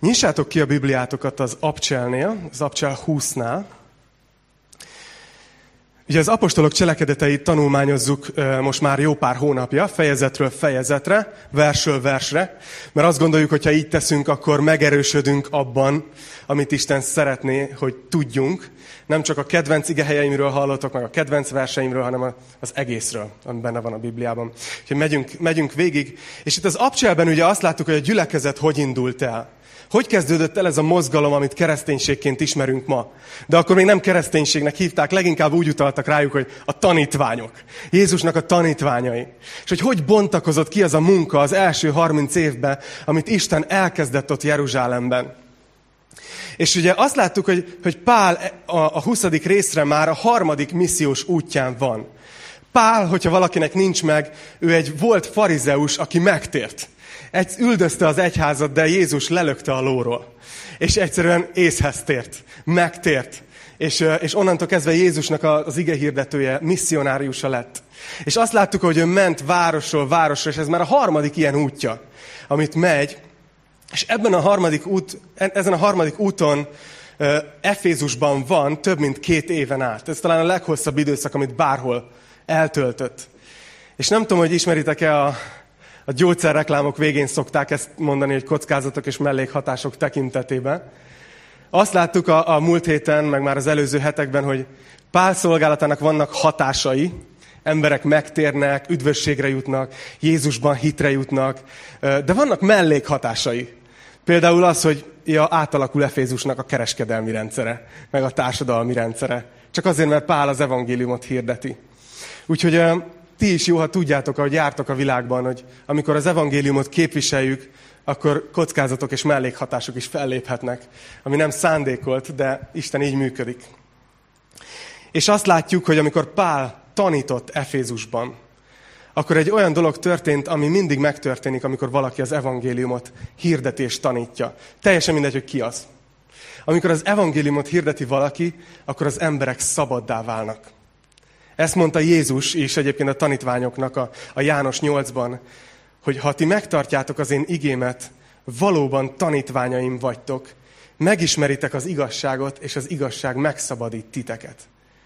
Nyissátok ki a Bibliátokat az Abcselnél, az Abcsel 20-nál. Ugye az apostolok cselekedeteit tanulmányozzuk most már jó pár hónapja, fejezetről fejezetre, versről versre, mert azt gondoljuk, hogy ha így teszünk, akkor megerősödünk abban, amit Isten szeretné, hogy tudjunk. Nem csak a kedvenc igehelyeimről hallottok, meg a kedvenc verseimről, hanem az egészről, ami benne van a Bibliában. Úgyhogy megyünk végig. És itt az Abcselben ugye azt láttuk, hogy a gyülekezet hogy indult el. Hogy kezdődött el ez a mozgalom, amit kereszténységként ismerünk ma? De akkor még nem kereszténységnek hívták, leginkább úgy utaltak rájuk, hogy a tanítványok. Jézusnak a tanítványai. És hogy bontakozott ki az a munka az első 30 évben, amit Isten elkezdett ott Jeruzsálemben. És ugye azt láttuk, hogy Pál a 20. részre már a 3. missziós útján van. Pál, hogyha valakinek nincs meg, ő egy volt farizeus, aki megtért. Üldözte az egyházat, de Jézus lelökte a lóról. És egyszerűen észhez tért, megtért. És onnantól kezdve Jézusnak az igehirdetője, misszionáriusa lett. És azt láttuk, hogy ő ment városról városra, és ez már a 3. ilyen útja, amit megy. És ezen a 3. úton Efézusban van több mint 2 éven át. Ez talán a leghosszabb időszak, amit bárhol eltöltött. És nem tudom, hogy ismeritek-e a gyógyszerreklámok végén szokták ezt mondani, hogy kockázatok és mellékhatások tekintetében. Azt láttuk a múlt héten, meg már az előző hetekben, hogy Pál szolgálatának vannak hatásai, emberek megtérnek, üdvösségre jutnak, Jézusban hitre jutnak, de vannak mellékhatásai. Például az, hogy átalakul Efézusnak a kereskedelmi rendszere, meg a társadalmi rendszere. Csak azért, mert Pál az evangéliumot hirdeti. Úgyhogy ti is jó, ha tudjátok, ahogy jártok a világban, hogy amikor az evangéliumot képviseljük, akkor kockázatok és mellékhatások is felléphetnek, ami nem szándékolt, de Isten így működik. És azt látjuk, hogy amikor Pál tanított Efézusban, akkor egy olyan dolog történt, ami mindig megtörténik, amikor valaki az evangéliumot hirdeti és tanítja. Teljesen mindegy, hogy ki az. Amikor az evangéliumot hirdeti valaki, akkor az emberek szabaddá válnak. Ezt mondta Jézus is egyébként a tanítványoknak a János 8-ban, hogy ha ti megtartjátok az én igémet, valóban tanítványaim vagytok, megismeritek az igazságot, és az igazság megszabadít titeket.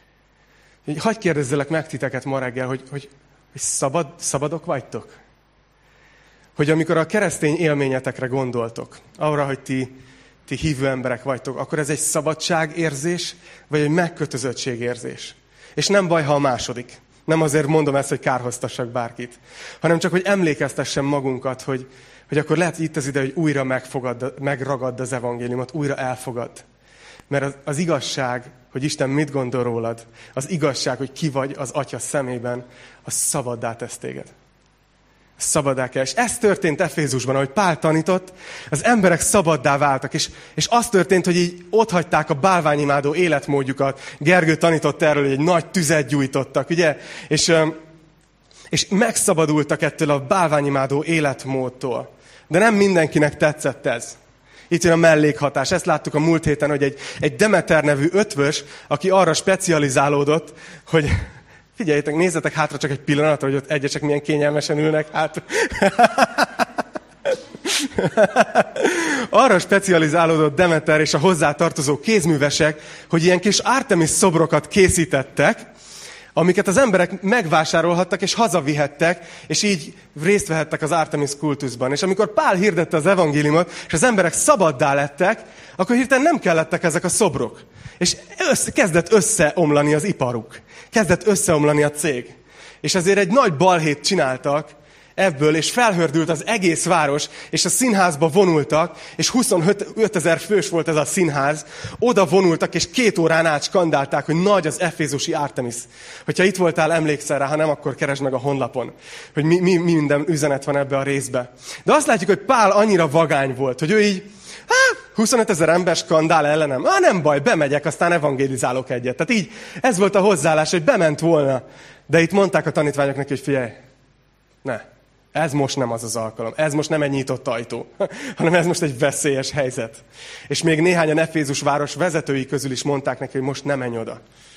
Hadd kérdezzelek meg titeket ma reggel, hogy szabadok vagytok? Hogy amikor a keresztény élményetekre gondoltok, arra, hogy ti hívő emberek vagytok, akkor ez egy szabadságérzés, vagy egy megkötözöttségérzés? És nem baj, ha a második. Nem azért mondom ezt, hogy kárhoztassak bárkit, hanem csak, hogy emlékeztessem magunkat, hogy akkor lehet itt az ide, hogy újra megragadd az evangéliumot, újra elfogad. Mert az igazság, hogy Isten mit gondol rólad, az igazság, hogy ki vagy az Atya szemében, az szabaddá tesz téged. Szabaddá kell. És ez történt Efézusban, ahogy Pál tanított, az emberek szabaddá váltak, és az történt, hogy így otthagyták a bálványimádó életmódjukat. Gergő tanított erről, hogy egy nagy tüzet gyújtottak, ugye? És megszabadultak ettől a bálványimádó életmódtól. De nem mindenkinek tetszett ez. Itt jön a mellékhatás. Ezt láttuk a múlt héten, hogy egy Demeter nevű ötvös, aki arra specializálódott, hogy figyeljétek, nézzetek hátra csak egy pillanatra, hogy ott egyesek milyen kényelmesen ülnek hát. Arra specializálódott Demeter és a hozzá tartozó kézművesek, hogy ilyen kis Artemis szobrokat készítettek, amiket az emberek megvásárolhattak és hazavihettek, és így részt vehettek az Artemis kultuszban. És amikor Pál hirdette az evangéliumot, és az emberek szabaddá lettek, akkor hirtelen nem kellettek ezek a szobrok. És kezdett összeomlani az iparuk. Kezdett összeomlani a cég. És ezért egy nagy balhét csináltak ebből, és felhördült az egész város, és a színházba vonultak, és 25 000 fős volt ez a színház, oda vonultak, és 2 órán át skandálták, hogy nagy az efézusi Artemis. Hogyha itt voltál, emlékszel rá, ha nem, akkor keresd meg a honlapon, hogy mi minden üzenet van ebbe a részbe. De azt látjuk, hogy Pál annyira vagány volt, hogy ő így, 25 000 ember skandál ellenem, nem baj, bemegyek, aztán evangélizálok egyet. Tehát így, ez volt a hozzáállás, hogy bement volna. De itt mondták a tanítványok neki, hogy figyelj, ne. Ez most nem az az alkalom. Ez most nem egy nyitott ajtó, hanem ez most egy veszélyes helyzet. És még néhányan Efézus város vezetői közül is mondták neki, hogy most ne menj oda.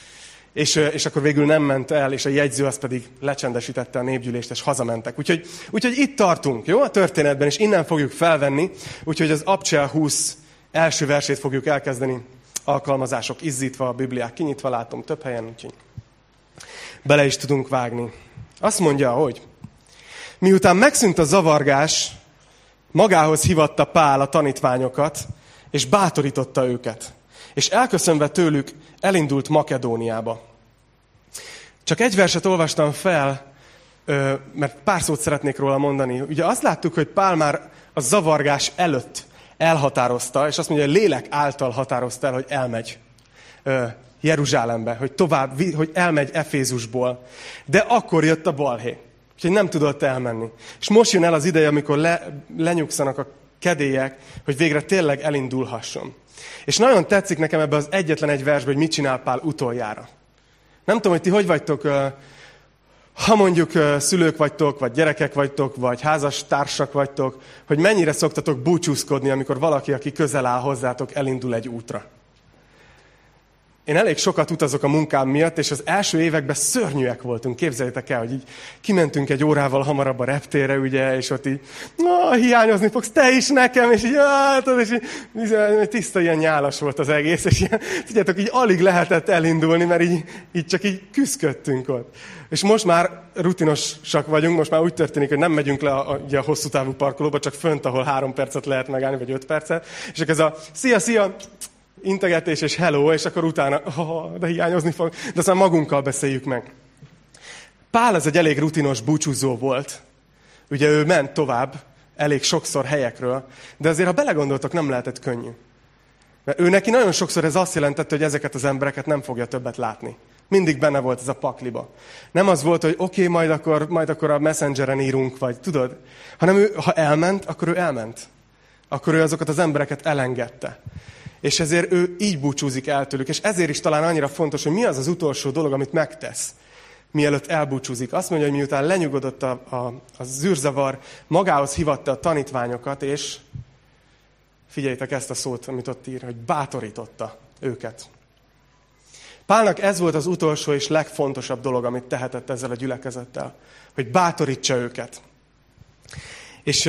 És akkor végül nem ment el, és a jegyző az pedig lecsendesítette a népgyűlést, és hazamentek. Úgyhogy itt tartunk, jó? A történetben, és innen fogjuk felvenni. Úgyhogy az Abcsel 20 első versét fogjuk elkezdeni. Alkalmazások izzítva, a Bibliák kinyitva, látom több helyen, úgyhogy bele is tudunk vágni. Azt mondja, hogy miután megszűnt a zavargás, magához hívatta Pál a tanítványokat, és bátorította őket. És elköszönve tőlük elindult Makedóniába. Csak egy verset olvastam fel, mert pár szót szeretnék róla mondani. Ugye azt láttuk, hogy Pál már a zavargás előtt elhatározta, és azt mondja, hogy lélek által határozta el, hogy elmegy Jeruzsálembe, hogy elmegy Efézusból. De akkor jött a balhé, úgyhogy nem tudott elmenni. És most jön el az ideje, amikor lenyugszanak a kedélyek, hogy végre tényleg elindulhasson. És nagyon tetszik nekem ebben az egyetlen egy versben, hogy mit csinál Pál utoljára. Nem tudom, hogy ti hogy vagytok, ha mondjuk szülők vagytok, vagy gyerekek vagytok, vagy házastársak vagytok, hogy mennyire szoktatok búcsúzkodni, amikor valaki, aki közel áll hozzátok, elindul egy útra. Én elég sokat utazok a munkám miatt, és az első években szörnyűek voltunk. Képzeljétek el, hogy így kimentünk egy órával hamarabb a reptérre, ugye, és ott így, hiányozni fogsz, te is nekem, és így tiszta ilyen nyálas volt az egész, és ilyen, tudjátok, így alig lehetett elindulni, mert így csak így küszködtünk ott. És most már rutinosak vagyunk, most már úgy történik, hogy nem megyünk le a hosszú távú parkolóba, csak fönt, ahol 3 percet lehet megállni, vagy 5 percet, és akkor ez a szia, integetés és hello, és akkor utána, de hiányozni fog, de aztán magunkkal beszéljük meg. Pál ez egy elég rutinos búcsúzó volt. Ugye ő ment tovább, elég sokszor helyekről, de azért, ha belegondoltok, nem lehetett könnyű. Mert ő neki nagyon sokszor ez azt jelentette, hogy ezeket az embereket nem fogja többet látni. Mindig benne volt ez a pakliba. Nem az volt, hogy oké, majd akkor a Messengeren írunk, vagy tudod, hanem ő, ha elment, akkor ő elment. Akkor ő azokat az embereket elengedte. És ezért ő így búcsúzik el tőlük. És ezért is talán annyira fontos, hogy mi az az utolsó dolog, amit megtesz, mielőtt elbúcsúzik. Azt mondja, hogy miután lenyugodott a zűrzavar, magához hívatta a tanítványokat, és figyeljétek ezt a szót, amit ott ír, hogy bátorította őket. Pálnak ez volt az utolsó és legfontosabb dolog, amit tehetett ezzel a gyülekezettel, hogy bátorítsa őket. És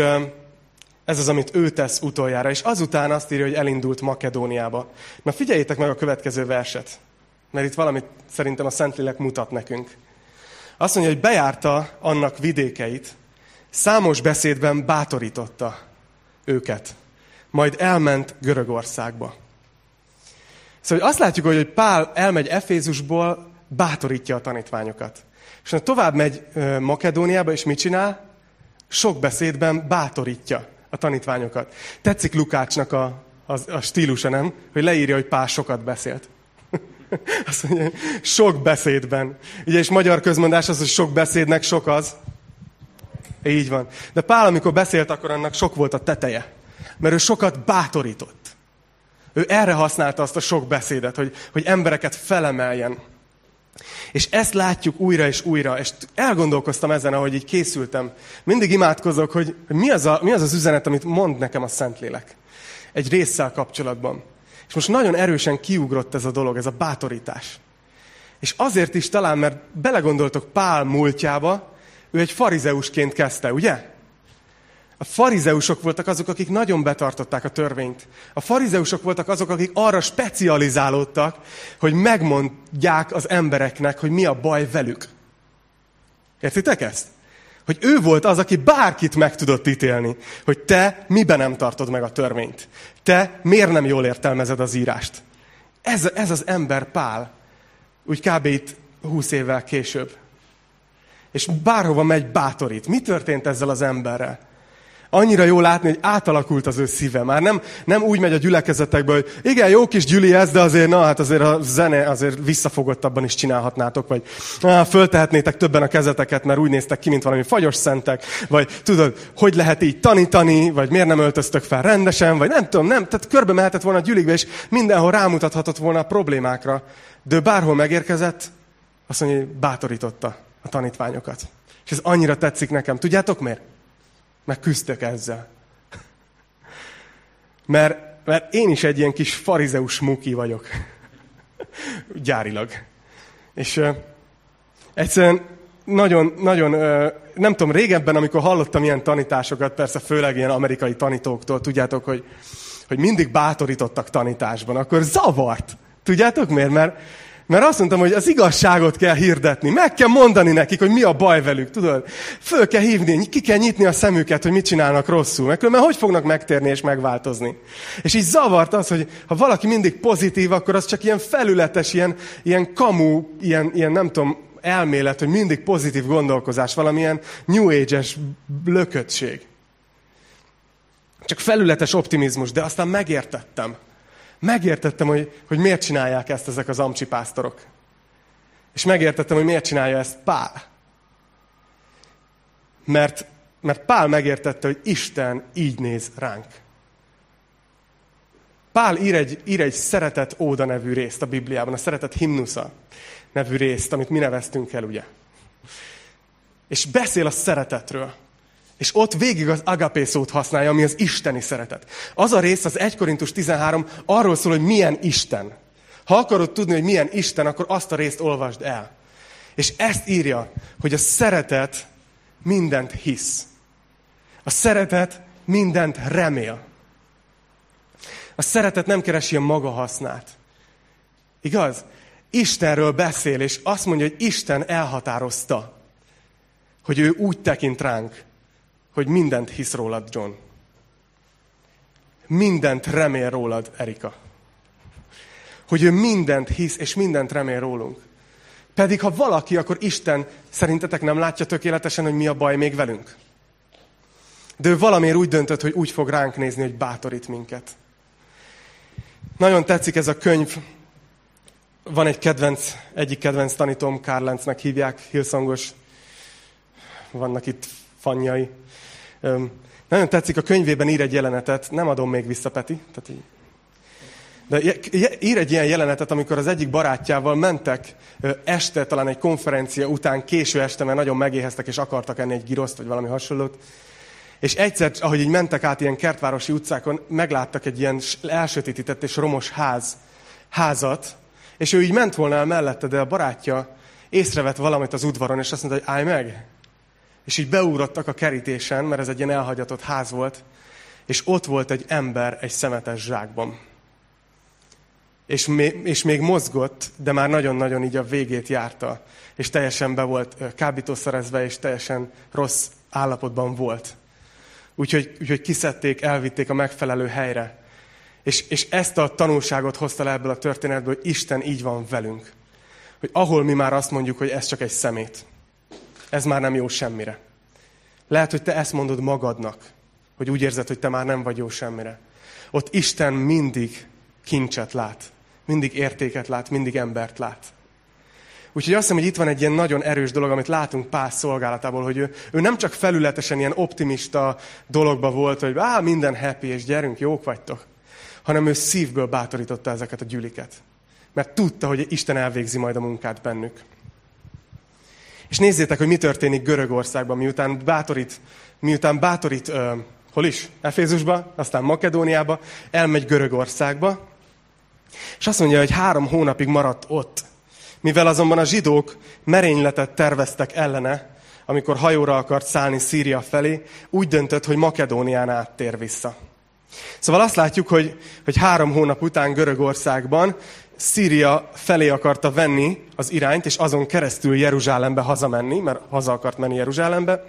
ez az, amit ő tesz utoljára. És azután azt írja, hogy elindult Makedóniába. Na figyeljétek meg a következő verset, mert itt valamit szerintem a Szentlélek mutat nekünk. Azt mondja, hogy bejárta annak vidékeit, számos beszédben bátorította őket. Majd elment Görögországba. Szóval azt látjuk, hogy Pál elmegy Efézusból, bátorítja a tanítványokat. És tovább megy Makedóniába, és mit csinál? Sok beszédben bátorítja a tanítványokat. Tetszik Lukácsnak a stílusa, nem? Hogy leírja, hogy Pál sokat beszélt. Azt mondja, sok beszédben. Ugye, és magyar közmondás az, hogy sok beszédnek sok az. Így van. De Pál, amikor beszélt, akkor annak sok volt a teteje. Mert ő sokat bátorított. Ő erre használta azt a sok beszédet, hogy embereket felemeljen. És ezt látjuk újra és újra, és elgondolkoztam ezen, ahogy így készültem. Mindig imádkozok, hogy mi az az üzenet, amit mond nekem a Szentlélek. Egy résszel kapcsolatban. És most nagyon erősen kiugrott ez a dolog, ez a bátorítás. És azért is talán, mert belegondoltok Pál múltjába, ő egy farizeusként kezdte, ugye? A farizeusok voltak azok, akik nagyon betartották a törvényt. A farizeusok voltak azok, akik arra specializálódtak, hogy megmondják az embereknek, hogy mi a baj velük. Értitek ezt? Hogy ő volt az, aki bárkit meg tudott ítélni, hogy te miben nem tartod meg a törvényt. Te miért nem jól értelmezed az írást. Ez az ember Pál, úgy kb. Itt 20 évvel később. És bárhova megy, bátorít. Mi történt ezzel az emberrel? Annyira jó látni, hogy átalakult az ő szíve. Már nem úgy megy a gyülekezetekbe, hogy igen, jó kis gyüli ez, de azért, azért a zene azért visszafogottabban is csinálhatnátok, vagy föltehetnétek többen a kezeteket, mert úgy néztek ki, mint valami fagyos szentek, vagy tudod, hogy lehet így tanítani, vagy miért nem öltöztök fel rendesen, vagy nem tudom, tehát körbe mehetett volna a gyülikbe, és mindenhol rámutathatott volna a problémákra. De ő bárhol megérkezett, azt mondja, hogy bátorította a tanítványokat. És ez annyira tetszik nekem. Tudjátok miért? Mert küzdök ezzel. Mert én is egy ilyen kis farizeus muki vagyok. Gyárilag. És egyszerűen nagyon, nem tudom, régebben, amikor hallottam ilyen tanításokat, persze főleg ilyen amerikai tanítóktól, tudjátok, hogy mindig bátorítottak tanításban, akkor zavart. Tudjátok miért? Mert azt mondtam, hogy az igazságot kell hirdetni. Meg kell mondani nekik, hogy mi a baj velük, tudod? Föl kell hívni, ki kell nyitni a szemüket, hogy mit csinálnak rosszul. Mert hogy fognak megtérni és megváltozni. És így zavart az, hogy ha valaki mindig pozitív, akkor az csak ilyen felületes, ilyen kamu, ilyen nem tudom, elmélet, hogy mindig pozitív gondolkozás, valamilyen New Age-es lökötség. Csak felületes optimizmus, de aztán megértettem. Megértettem, hogy miért csinálják ezt ezek az amcsipásztorok. És megértettem, hogy miért csinálja ezt Pál. Mert Pál megértette, hogy Isten így néz ránk. Pál ír egy szeretet óda nevű részt a Bibliában, a szeretet himnusza nevű részt, amit mi neveztünk el, ugye. És beszél a szeretetről. És ott végig az agapé szót használja, ami az isteni szeretet. Az a rész, az 1 Korintus 13 arról szól, hogy milyen Isten. Ha akarod tudni, hogy milyen Isten, akkor azt a részt olvasd el. És ezt írja, hogy a szeretet mindent hisz. A szeretet mindent remél. A szeretet nem keresi a maga hasznát. Igaz? Istenről beszél, és azt mondja, hogy Isten elhatározta, hogy ő úgy tekint ránk, hogy mindent hisz rólad, John. Mindent remél rólad, Erika. Hogy ő mindent hisz, és mindent remél rólunk. Pedig ha valaki, akkor Isten szerintetek nem látja tökéletesen, hogy mi a baj még velünk. De ő valamiért úgy döntött, hogy úgy fog ránk nézni, hogy bátorít minket. Nagyon tetszik ez a könyv. Van egyik kedvenc tanítóm, Carl Lentznek hívják, Hillsongos. Vannak itt fannyai. Nagyon tetszik, a könyvében ír egy jelenetet, nem adom még vissza, Peti. De ír egy ilyen jelenetet, amikor az egyik barátjával mentek este, talán egy konferencia után, késő este, mert nagyon megéheztek, és akartak enni egy giroszt, vagy valami hasonlót. És ahogy így mentek át ilyen kertvárosi utcákon, megláttak egy ilyen elsötétített és romos házat, és ő így ment volna el mellette, de a barátja észrevett valamit az udvaron, és azt mondta, hogy állj meg! És így beugrottak a kerítésen, mert ez egy ilyen elhagyatott ház volt, és ott volt egy ember egy szemetes zsákban. És még mozgott, de már nagyon-nagyon így a végét járta, és teljesen be volt kábítószerezve, és teljesen rossz állapotban volt. Úgyhogy kiszedték, elvitték a megfelelő helyre. És ezt a tanulságot hozta le ebből a történetből, hogy Isten így van velünk. Hogy ahol mi már azt mondjuk, hogy ez csak egy szemét. Ez már nem jó semmire. Lehet, hogy te ezt mondod magadnak, hogy úgy érzed, hogy te már nem vagy jó semmire. Ott Isten mindig kincset lát, mindig értéket lát, mindig embert lát. Úgyhogy azt hiszem, hogy itt van egy ilyen nagyon erős dolog, amit látunk Pál szolgálatából, hogy ő nem csak felületesen ilyen optimista dologba volt, hogy minden happy, és gyerünk, jók vagytok, hanem ő szívből bátorította ezeket a gyüliket. Mert tudta, hogy Isten elvégzi majd a munkát bennük. És nézzétek, hogy mi történik Görögországban, miután bátorít hol is? Efézusba, aztán Makedóniába, elmegy Görögországba, és azt mondja, hogy 3 hónapig maradt ott. Mivel azonban a zsidók merényletet terveztek ellene, amikor hajóra akart szállni Szíria felé, úgy döntött, hogy Makedónián áttér vissza. Szóval azt látjuk, hogy 3 hónap után Görögországban Szíria felé akarta venni az irányt, és azon keresztül Jeruzsálembe hazamenni, mert haza akart menni Jeruzsálembe.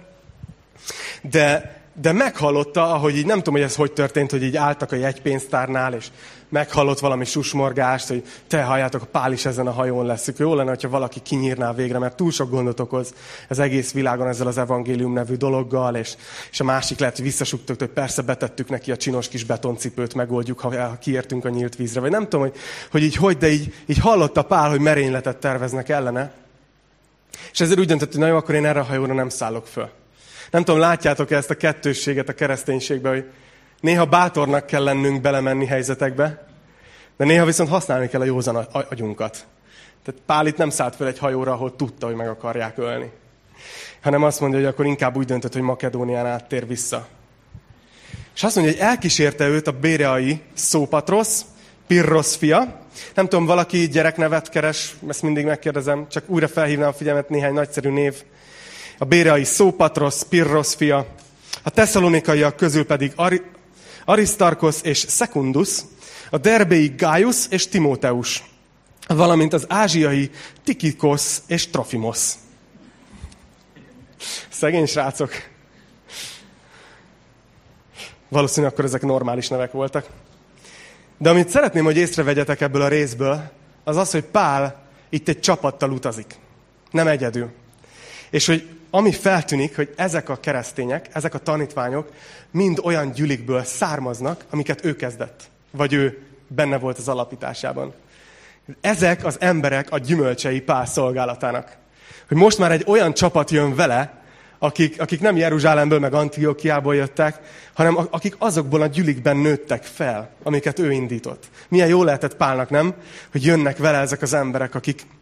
De meghallotta, ahogy így nem tudom, hogy ez hogy történt, hogy így álltak a jegypénztárnál, és meghallott valami susmorgást, hogy te halljátok, a Pál is ezen a hajón lesz. Jó lenne, hogyha valaki kinyírná végre, mert túl sok gondot okoz az egész világon ezzel az evangélium nevű dologgal, és a másik lehet, hogy visszasugtok, hogy persze betettük neki a csinos kis betoncipőt, megoldjuk, ha kiértünk a nyílt vízre. Vagy nem tudom, de így hallotta Pál, hogy merényletet terveznek ellene, és ezért úgy döntött, hogy na jó, akkor én erre a hajóra nem szállok föl. Nem tudom, látjátok-e ezt a kettősséget a kereszténységben, hogy néha bátornak kell lennünk belemenni helyzetekbe, de néha viszont használni kell a józan agyunkat. Tehát Pál itt nem szállt fel egy hajóra, ahol tudta, hogy meg akarják ölni. Hanem azt mondja, hogy akkor inkább úgy döntött, hogy Makedónián áttér vissza. És azt mondja, hogy elkísérte őt a béreai Szópatrosz, Pirrosz fia, Nem tudom, valaki gyereknevet keres, ezt mindig megkérdezem, csak újra felhívnám a figyelmet néhány nagyszerű név. A béreai Szópatrosz, Pirrosz fia, a tesszalonikaiak közül pedig Arisztarkosz és Szekundus, a derbéi Gájusz és Timóteus, valamint az ázsiai Tikikosz és Trofimosz. Szegény srácok. Valószínűleg akkor ezek normális nevek voltak. De amit szeretném, hogy észrevegyetek ebből a részből, az az, hogy Pál itt egy csapattal utazik. Nem egyedül. És hogy ami feltűnik, hogy ezek a keresztények, ezek a tanítványok mind olyan gyülikből származnak, amiket ő kezdett. Vagy ő benne volt az alapításában. Ezek az emberek a gyümölcsei Pál szolgálatának. Hogy most már egy olyan csapat jön vele, akik nem Jeruzsálemből meg Antiochiából jöttek, hanem akik azokból a gyülikben nőttek fel, amiket ő indított. Milyen jó lehetett Pálnak, nem? Hogy jönnek vele ezek az emberek,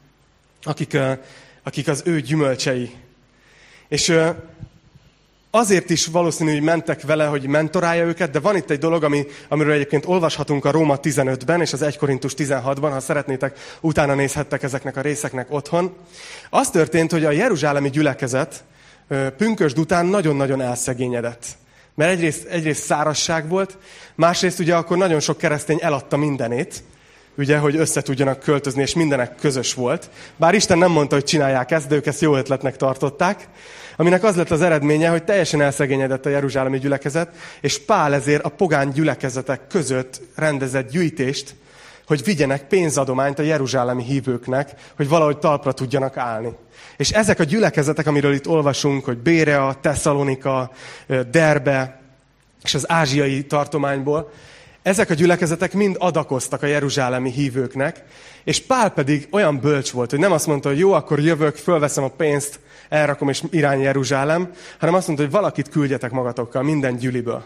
akik az ő gyümölcsei. És azért is valószínű, hogy mentek vele, hogy mentorálja őket, de van itt egy dolog, amiről egyébként olvashatunk a Róma 15-ben és az 1 Korintus 16-ban, ha szeretnétek, utána nézhettek ezeknek a részeknek otthon. Az történt, hogy a jeruzsálemi gyülekezet pünkösd után nagyon-nagyon elszegényedett. Mert egyrészt szárazság volt, másrészt ugye akkor nagyon sok keresztény eladta mindenét, ugye, hogy össze tudjanak költözni, és mindenek közös volt. Bár Isten nem mondta, hogy csinálják ezt, de ők ezt jó ötletnek tartották, aminek az lett az eredménye, hogy teljesen elszegényedett a jeruzsálemi gyülekezet, és Pál ezért a pogány gyülekezetek között rendezett gyűjtést, hogy vigyenek pénzadományt a jeruzsálemi hívőknek, hogy valahogy talpra tudjanak állni. És ezek a gyülekezetek, amiről itt olvasunk, hogy Bérea, Tesszalonika, Derbe és az ázsiai tartományból, ezek a gyülekezetek mind adakoztak a jeruzsálemi hívőknek, és Pál pedig olyan bölcs volt, hogy nem azt mondta, hogy jó, akkor jövök, fölveszem a pénzt, elrakom és irány Jeruzsálem, hanem azt mondta, hogy valakit küldjetek magatokkal minden gyüliből.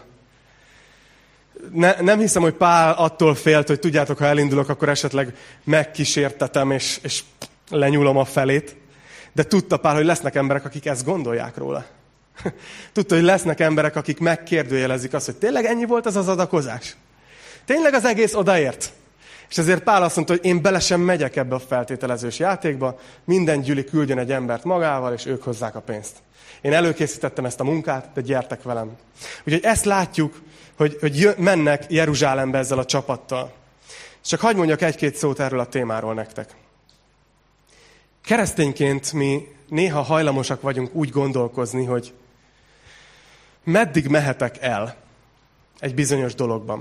Nem hiszem, hogy Pál attól félt, hogy tudjátok, ha elindulok, akkor esetleg megkísértetem és lenyúlom a felét. De tudta Pál, hogy lesznek emberek, akik ezt gondolják róla. Tudta, hogy lesznek emberek, akik megkérdőjelezik azt, hogy tényleg ennyi volt az az adakozás? Tényleg az egész odaért? És ezért Pál azt mondta, hogy én bele sem megyek ebbe a feltételezős játékba, minden gyüli küldjön egy embert magával, és ők hozzák a pénzt. Én előkészítettem ezt a munkát, de gyertek velem. Úgyhogy ezt látjuk, hogy mennek Jeruzsálembe ezzel a csapattal. Csak hadd mondjak egy-két szót erről a témáról nektek. Keresztényként mi néha hajlamosak vagyunk úgy gondolkozni, hogy meddig mehetek el egy bizonyos dologban.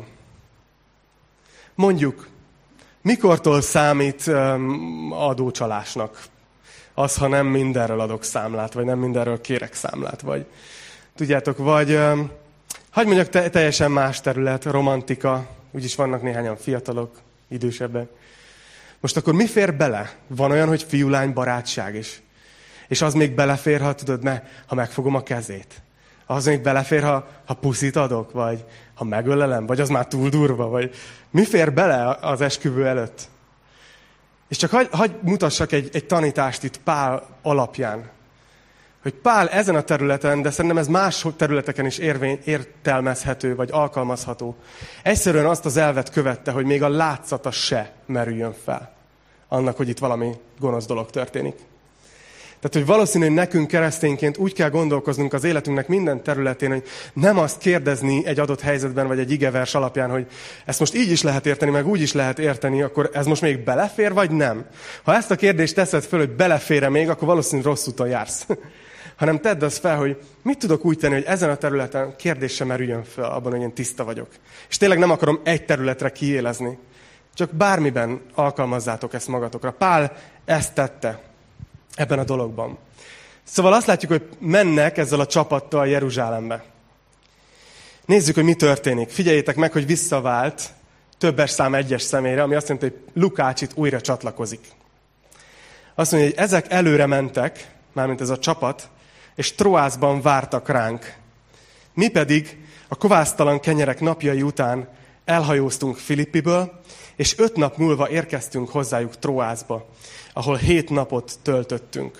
Mondjuk, mikortól számít adócsalásnak az, ha nem mindenről adok számlát, vagy nem mindenről kérek számlát, vagy tudjátok, vagy hadd mondjak teljesen más terület, romantika, úgyis vannak néhányan fiatalok, idősebbek. Most akkor mi fér bele? Van olyan, hogy fiú-lány barátság is. És az még belefér, ha tudod, ha megfogom a kezét. Az még belefér, ha puszit adok, vagy ha megölelem, vagy az már túl durva, vagy mi fér bele az esküvő előtt? És csak hagy mutassak egy tanítást itt Pál alapján. Hogy Pál ezen a területen, de szerintem ez más területeken is értelmezhető, vagy alkalmazható. Egyszerűen azt az elvet követte, hogy még a látszata se merüljön fel annak, hogy itt valami gonosz dolog történik. Tehát, hogy valószínű, hogy nekünk keresztényként úgy kell gondolkoznunk az életünknek minden területén, hogy nem azt kérdezni egy adott helyzetben, vagy egy igevers alapján, hogy ezt most így is lehet érteni, meg úgy is lehet érteni, akkor ez most még belefér, vagy nem? Ha ezt a kérdést teszed föl, hogy belefér-e még, akkor valószínűleg rossz úton jársz. Hanem tedd azt fel, hogy mit tudok úgy tenni, hogy ezen a területen kérdés sem merüljön fel abban, hogy én tiszta vagyok. És tényleg nem akarom egy területre kiélezni. Csak bármiben alkalmazzátok ezt magatokra. Pál ezt tette ebben a dologban. Szóval azt látjuk, hogy mennek ezzel a csapattal Jeruzsálembe. Nézzük, hogy mi történik. Figyeljétek meg, hogy visszavált többes szám egyes személyre, ami azt jelenti, hogy Lukács itt újra csatlakozik. Azt mondja, hogy ezek előre mentek, mármint ez a csapat, és Troászban vártak ránk. Mi pedig a kovásztalan kenyerek napjai után elhajóztunk Filippiből, és 5 nap múlva érkeztünk hozzájuk Troászba, ahol 7 napot töltöttünk.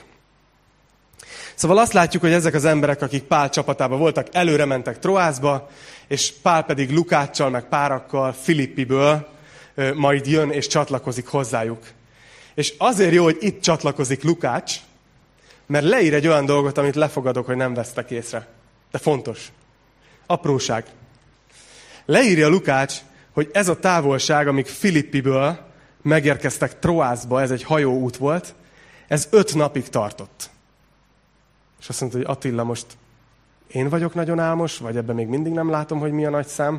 Szóval azt látjuk, hogy ezek az emberek, akik Pál csapatában voltak, előre mentek Troászba, és Pál pedig Lukáccsal, meg párakkal Filippiből majd jön és csatlakozik hozzájuk. És azért jó, hogy itt csatlakozik Lukács, mert leír egy olyan dolgot, amit lefogadok, hogy nem vesztek észre. De fontos. Apróság. Leírja Lukács, hogy ez a távolság, amíg Filippiből megérkeztek Troászba, ez egy hajóút volt, ez 5 napig tartott. És azt mondta, hogy Attila, most én vagyok nagyon álmos, vagy ebben még mindig nem látom, hogy mi a nagy szám.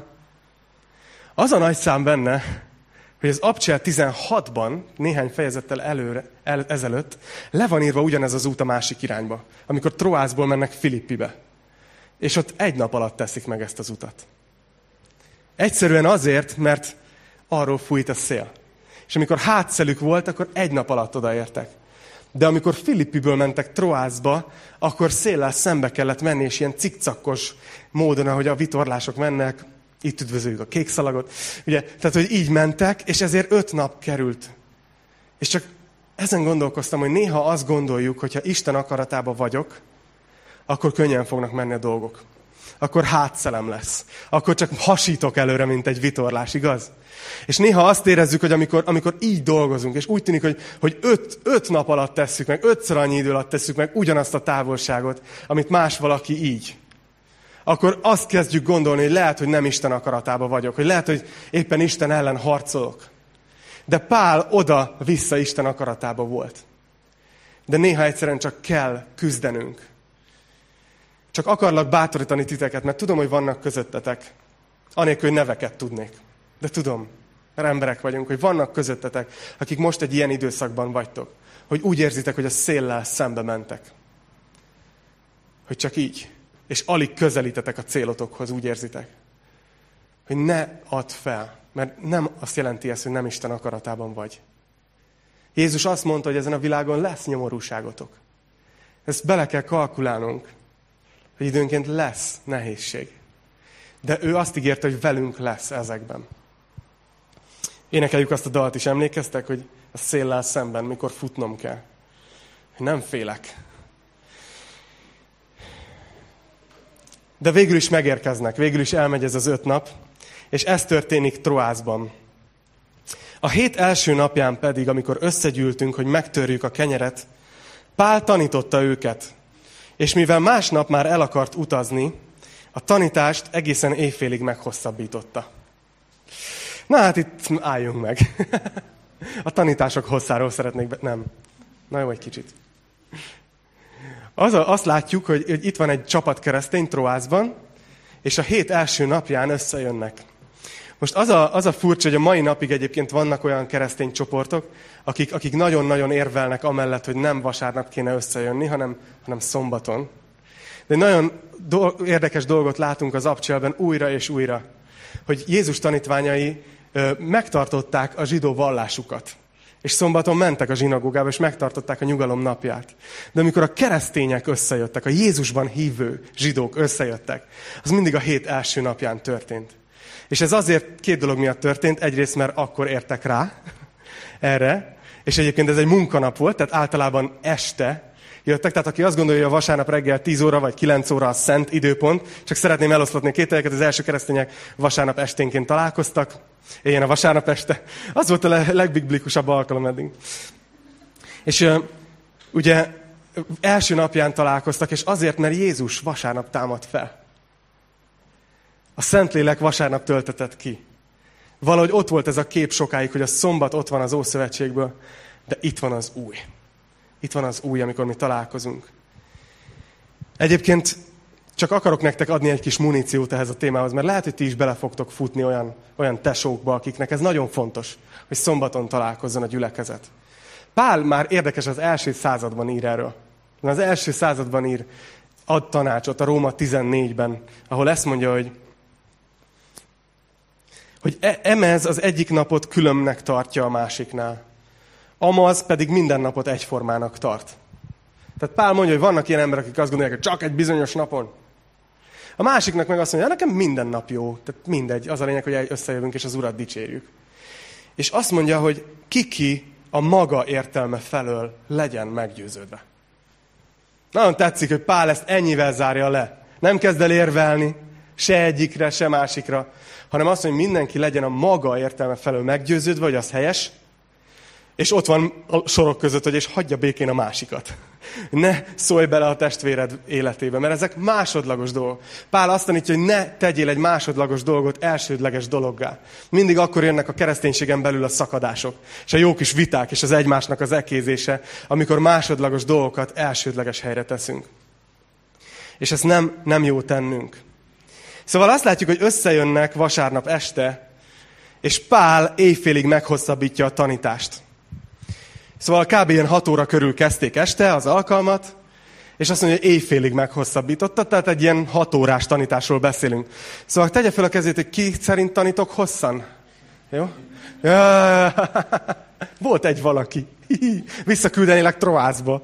Az a nagy szám benne, hogy az Abcsel 16-ban, néhány fejezettel ezelőtt, le van írva ugyanez az út a másik irányba, amikor Troászból mennek Filippibe. És ott 1 nap alatt teszik meg ezt az utat. Egyszerűen azért, mert arról fújt a szél. És amikor hátszelük volt, akkor 1 nap alatt odaértek. De amikor Filippiből mentek Troászba, akkor széllel szembe kellett menni, és ilyen cikcakkos módon, ahogy a vitorlások mennek, itt üdvözöljük a kék szalagot, ugye, tehát, hogy így mentek, és ezért 5 nap került. És csak ezen gondolkoztam, hogy néha azt gondoljuk, hogyha Isten akaratába vagyok, akkor könnyen fognak menni a dolgok. Akkor hátszelem lesz. Akkor csak hasítok előre, mint egy vitorlás, igaz? És néha azt érezzük, hogy amikor így dolgozunk, és úgy tűnik, hogy 5 nap alatt tesszük meg, 5-ször annyi idő alatt tesszük meg ugyanazt a távolságot, amit más valaki így. Akkor azt kezdjük gondolni, hogy lehet, hogy nem Isten akaratában vagyok, hogy lehet, hogy éppen Isten ellen harcolok. De Pál oda-vissza Isten akaratába volt. De néha egyszerűen csak kell küzdenünk. Csak akarlak bátorítani titeket, mert tudom, hogy vannak közöttetek, anélkül, hogy neveket tudnék. De tudom, mert emberek vagyunk, hogy vannak közöttetek, akik most egy ilyen időszakban vagytok, hogy úgy érzitek, hogy a széllel szembe mentek. Hogy csak így. És alig közelítetek a célotokhoz, úgy érzitek. Hogy ne add fel, mert nem azt jelenti ez, hogy nem Isten akaratában vagy. Jézus azt mondta, hogy ezen a világon lesz nyomorúságotok. Ezt bele kell kalkulálnunk, hogy időnként lesz nehézség. De ő azt ígérte, hogy velünk lesz ezekben. Énekeljük azt a dalt is, emlékeztek, hogy a széllel szemben, mikor futnom kell. Hogy nem félek. De végül is megérkeznek, végül is elmegy ez az 5 nap, és ez történik Troászban. A hét első napján pedig, amikor összegyűltünk, hogy megtörjük a kenyeret, Pál tanította őket, és mivel másnap már el akart utazni, a tanítást egészen éjfélig meghosszabbította. Na hát itt álljunk meg. A tanítások hosszáról szeretnék nem. Na jó, egy kicsit. Azt látjuk, hogy itt van egy csapat keresztény és a hét első napján összejönnek. Most az a furcsa, hogy a mai napig egyébként vannak olyan keresztény csoportok, akik nagyon-nagyon érvelnek amellett, hogy nem vasárnap kéne összejönni, hanem szombaton. De nagyon érdekes dolgot látunk az Abcselben újra és újra, hogy Jézus tanítványai megtartották a zsidó vallásukat. És szombaton mentek a zsinagógába, és megtartották a nyugalom napját. De amikor a keresztények összejöttek, a Jézusban hívő zsidók összejöttek, az mindig a hét első napján történt. És ez azért 2 dolog miatt történt. Egyrészt, mert akkor értek rá erre, és egyébként ez egy munkanap volt, tehát általában este jöttek. Tehát aki azt gondolja, hogy a vasárnap reggel 10 óra vagy 9 óra a szent időpont, csak szeretném eloszlatni a kételyeket, az első keresztények vasárnap esténként találkoztak. Ilyen a vasárnap este. Az volt a legbiblikusabb alkalom eddig. És ugye első napján találkoztak, és azért, mert Jézus vasárnap támadt fel. A Szentlélek vasárnap töltetett ki. Valahogy ott volt ez a kép sokáig, hogy a szombat ott van az Ószövetségből, de itt van az új. Itt van az új, amikor mi találkozunk. Egyébként csak akarok nektek adni egy kis muníciót ehhez a témához, mert lehet, hogy ti is bele fogtok futni olyan tesókba, akiknek ez nagyon fontos, hogy szombaton találkozzon a gyülekezet. Pál már érdekes, az első században ír erről. Az első században ad tanácsot a Róma 14-ben, ahol ezt mondja, hogy emez az egyik napot különbnek tartja a másiknál. Amaz pedig minden napot egyformának tart. Tehát Pál mondja, hogy vannak ilyen emberek, akik azt gondolják, hogy csak egy bizonyos napon. A másiknak meg azt mondja, nekem minden nap jó. Tehát mindegy, az a lényeg, hogy összejövünk és az Urat dicsérjük. És azt mondja, hogy ki a maga értelme felől legyen meggyőződve. Nagyon tetszik, hogy Pál ezt ennyivel zárja le. Nem kezd el érvelni, Se egyikre, se másikra. Hanem azt mondja, hogy mindenki legyen a maga értelme felől meggyőződve, hogy az helyes, és ott van a sorok között, hogy és hagyja békén a másikat. Ne szólj bele a testvéred életébe, mert ezek másodlagos dolgok. Pál azt tanítja, hogy ne tegyél egy másodlagos dolgot elsődleges dologgá. Mindig akkor jönnek a kereszténységen belül a szakadások, és a jó kis viták, és az egymásnak az ekézése, amikor másodlagos dolgokat elsődleges helyre teszünk. És ezt nem jó tennünk. Szóval azt látjuk, hogy összejönnek vasárnap este, és Pál éjfélig meghosszabbítja a tanítást. Szóval kb. Ilyen 6 óra körül kezdték este az alkalmat, és azt mondja, hogy éjfélig meghosszabbította, tehát egy ilyen 6 órás tanításról beszélünk. Szóval tegye fel a kezét, hogy ki szerint tanítok hosszan? Jó? Volt egy valaki. Visszaküldenélek Troászba.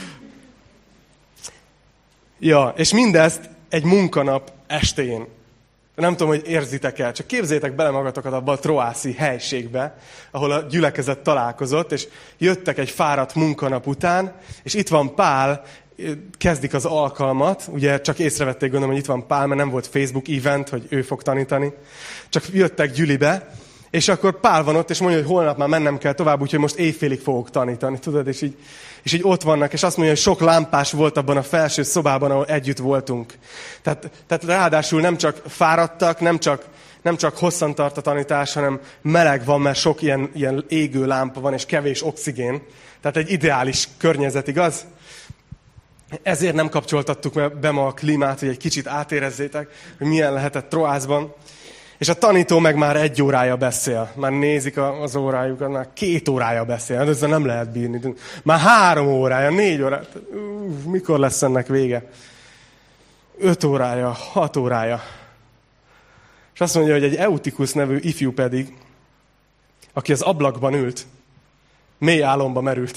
Ja, és mindezt egy munkanap estén. Nem tudom, hogy érzitek el, csak képzeljétek bele magatokat abba a troászi helységbe, ahol a gyülekezet találkozott, és jöttek egy fáradt munkanap után, és itt van Pál, kezdik az alkalmat, ugye csak észrevették, gondolom, hogy itt van Pál, mert nem volt Facebook event, hogy ő fog tanítani, csak jöttek gyülibe, és akkor Pál van ott, és mondja, hogy holnap már mennem kell tovább, úgyhogy most éjfélig fogok tanítani, tudod, és így ott vannak, és azt mondja, hogy sok lámpás volt abban a felső szobában, ahol együtt voltunk. Tehát ráadásul nem csak fáradtak, nem csak hosszan tart a tanítás, hanem meleg van, mert sok ilyen égő lámpa van, és kevés oxigén. Tehát egy ideális környezet, igaz? Ezért nem kapcsoltattuk be ma a klímát, hogy egy kicsit átérezzétek, hogy milyen lehetett Troászban. És a tanító meg már 1 órája beszél. Már nézik az órájukat, már 2 órája beszél. Hát ezzel nem lehet bírni. Már 3 órája, 4 órája. Mikor lesz ennek vége? 5 órája, 6 órája. És azt mondja, hogy egy Eutikus nevű ifjú pedig, aki az ablakban ült, mély álomba merült.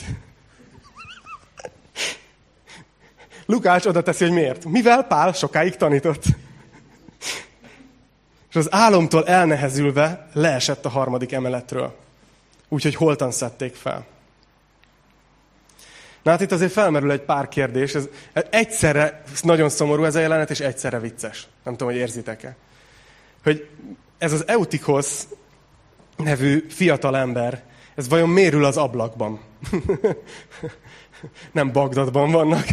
Lukács oda teszi, hogy miért? Mivel Pál sokáig tanított. És az álomtól elnehezülve leesett a 3. emeletről. Úgyhogy holtan szedték fel. Na hát itt azért felmerül egy pár kérdés. Ez egyszerre nagyon szomorú ez a jelenet, és egyszerre vicces. Nem tudom, hogy érzitek-e. Hogy ez az Eutikosz nevű fiatal ember, ez vajon mérül az ablakban? Nem Bagdadban vannak.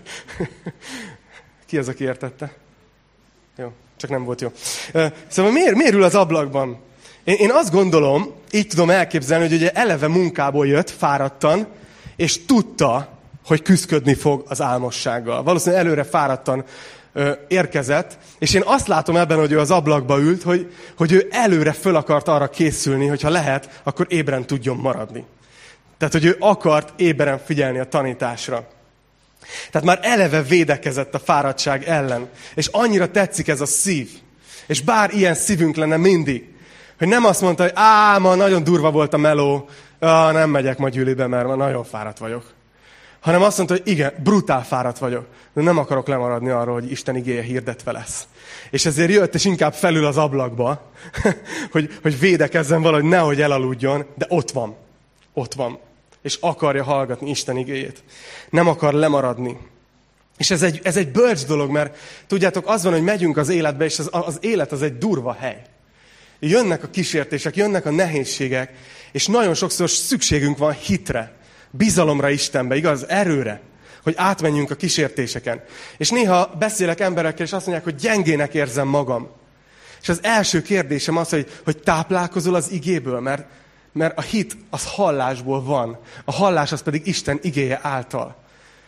Ki az, aki értette? Jó. Csak nem volt jó. Szóval miért ül az ablakban? Én azt gondolom, így tudom elképzelni, hogy ugye eleve munkából jött, fáradtan, és tudta, hogy küszködni fog az álmossággal. Valószínűleg előre fáradtan érkezett, és én azt látom ebben, hogy ő az ablakba ült, hogy ő előre föl akart arra készülni, hogyha lehet, akkor ébren tudjon maradni. Tehát, hogy ő akart ébren figyelni a tanításra. Tehát már eleve védekezett a fáradtság ellen. És annyira tetszik ez a szív. És bár ilyen szívünk lenne mindig, hogy nem azt mondta, hogy ma nagyon durva volt a meló, nem megyek ma gyűlibe, mert ma nagyon fáradt vagyok. Hanem azt mondta, hogy igen, brutál fáradt vagyok, de nem akarok lemaradni arról, hogy Isten igéje hirdetve lesz. És ezért jött, és inkább felül az ablakba, hogy védekezzen valahogy, nehogy elaludjon, de ott van. Ott van. És akarja hallgatni Isten igéjét. Nem akar lemaradni. És ez egy bölcs dolog, mert tudjátok, az van, hogy megyünk az életbe, és az élet az egy durva hely. Jönnek a kísértések, jönnek a nehézségek, és nagyon sokszor szükségünk van hitre, bizalomra Istenbe, igaz? Erőre, hogy átmenjünk a kísértéseken. És néha beszélek emberekkel, és azt mondják, hogy gyengének érzem magam. És az első kérdésem az, hogy táplálkozol az igéből, mert a hit az hallásból van. A hallás az pedig Isten igéje által.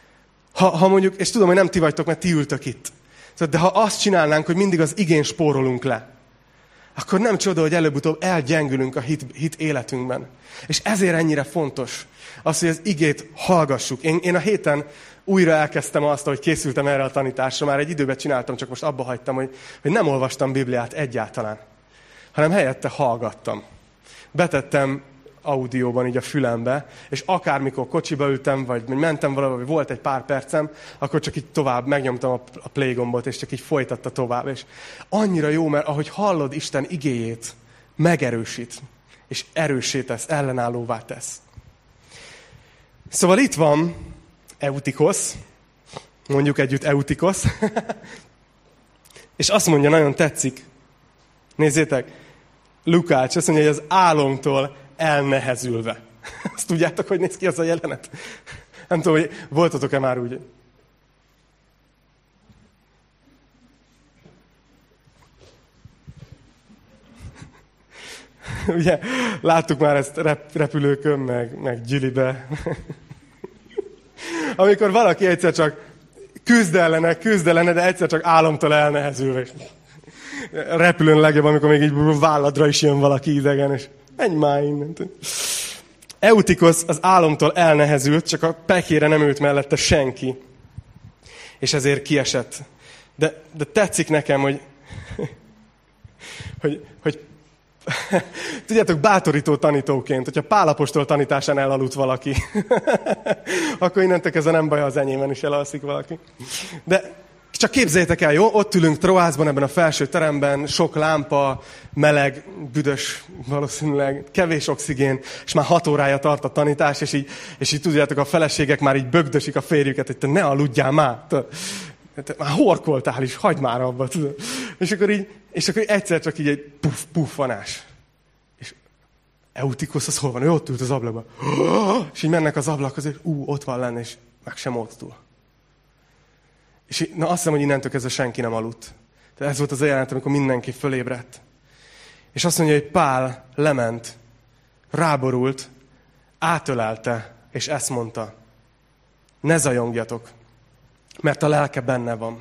Ha mondjuk, és tudom, hogy nem ti vagytok, mert ti ültök itt. De ha azt csinálnánk, hogy mindig az igén spórolunk le, akkor nem csoda, hogy előbb-utóbb elgyengülünk a hit életünkben. És ezért ennyire fontos az, hogy az igét hallgassuk. Én a héten újra elkezdtem azt, hogy készültem erre a tanításra. Már egy időben csináltam, csak most abba hagytam, hogy nem olvastam Bibliát egyáltalán, hanem helyette hallgattam. Betettem audióban így a fülembe, és akármikor kocsiba ültem, vagy mentem valahol, vagy volt egy pár percem, akkor csak így tovább megnyomtam a play gombot, és csak így folytatta tovább. És annyira jó, mert ahogy hallod Isten igéjét, megerősít, és erőssé tesz, ellenállóvá tesz. Szóval itt van Eutikosz, mondjuk együtt Eutikosz, És azt mondja, nagyon tetszik. Nézzétek, Lukács azt mondja, hogy az álomtól elnehezülve. Azt tudjátok, hogy néz ki az a jelenet? Nem tudom, hogy voltatok-e már úgy. Ugye, láttuk már ezt repülőkön, meg gyülibe. Amikor valaki egyszer csak küzd ellene, de egyszer csak álomtól elnehezülve. Repülőn legjobb, amikor még így válladra is jön valaki idegen, és menj már innen. Eutikosz az álomtól elnehezült, csak a pekére nem ült mellette senki. És ezért kiesett. De tetszik nekem, hogy tudjátok, bátorító tanítóként, hogyha Pál apostol tanításán elaludt valaki, akkor innentől kezdve nem baj, ha az enyémen is elalszik valaki. De csak képzeljétek el, jó? Ott ülünk Troászban, ebben a felső teremben, sok lámpa, meleg, büdös valószínűleg, kevés oxigén, és már 6 órája tart a tanítás, és így tudjátok, a feleségek már így bögdösik a férjüket, hogy te ne aludjál már. Te már horkoltál is, hagyd már abba, tudod. És akkor egyszer csak így egy puffanás. És Eutikosz az hol van? Ő ott ült az ablakban. És így mennek az ablakhoz, és ott van lenne, és meg sem mozdul. És azt hiszem, hogy innentől kezdve senki nem aludt. De ez volt az a jelenet, amikor mindenki fölébredt. És azt mondja, hogy Pál lement, ráborult, átölelte, és ezt mondta. Ne zajongjatok, mert a lelke benne van.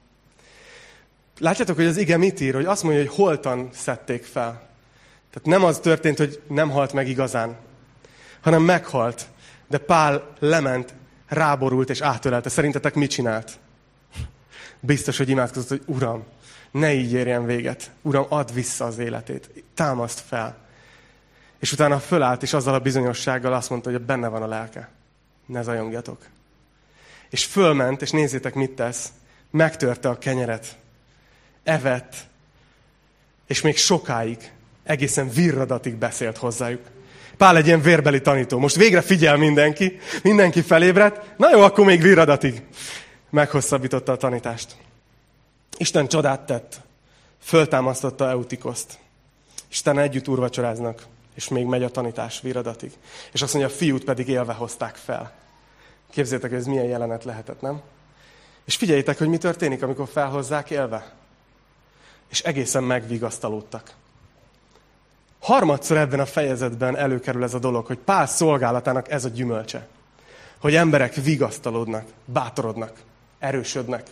Látjátok, hogy az ige mit ír? Hogy azt mondja, hogy holtan szedték fel. Tehát nem az történt, hogy nem halt meg igazán, hanem meghalt. De Pál lement, ráborult és átölelte. Szerintetek mit csinált? Biztos, hogy imádkozott, hogy Uram, ne így érjen véget. Uram, add vissza az életét. Támaszt fel. És utána fölállt, és azzal a bizonyossággal azt mondta, hogy benne van a lelke. Ne zajongjatok. És fölment, és nézzétek, mit tesz. Megtörte a kenyeret. Evett. És még sokáig, egészen virradatig beszélt hozzájuk. Pál egy ilyen vérbeli tanító. Most végre figyel mindenki. Mindenki felébredt. Na jó, akkor még virradatig. Meghosszabbította a tanítást. Isten csodát tett. Föltámasztotta Eutikoszt. Isten együtt úrvacsoráznak, és még megy a tanítás virradatig. És azt mondja, a fiút pedig élve hozták fel. Képzeljétek, hogy ez milyen jelenet lehetett, nem? És figyeljétek, hogy mi történik, amikor felhozzák élve. És egészen megvigasztalódtak. Harmadszor ebben a fejezetben előkerül ez a dolog, hogy Pál szolgálatának ez a gyümölcse. Hogy emberek vigasztalódnak, bátorodnak, erősödnek.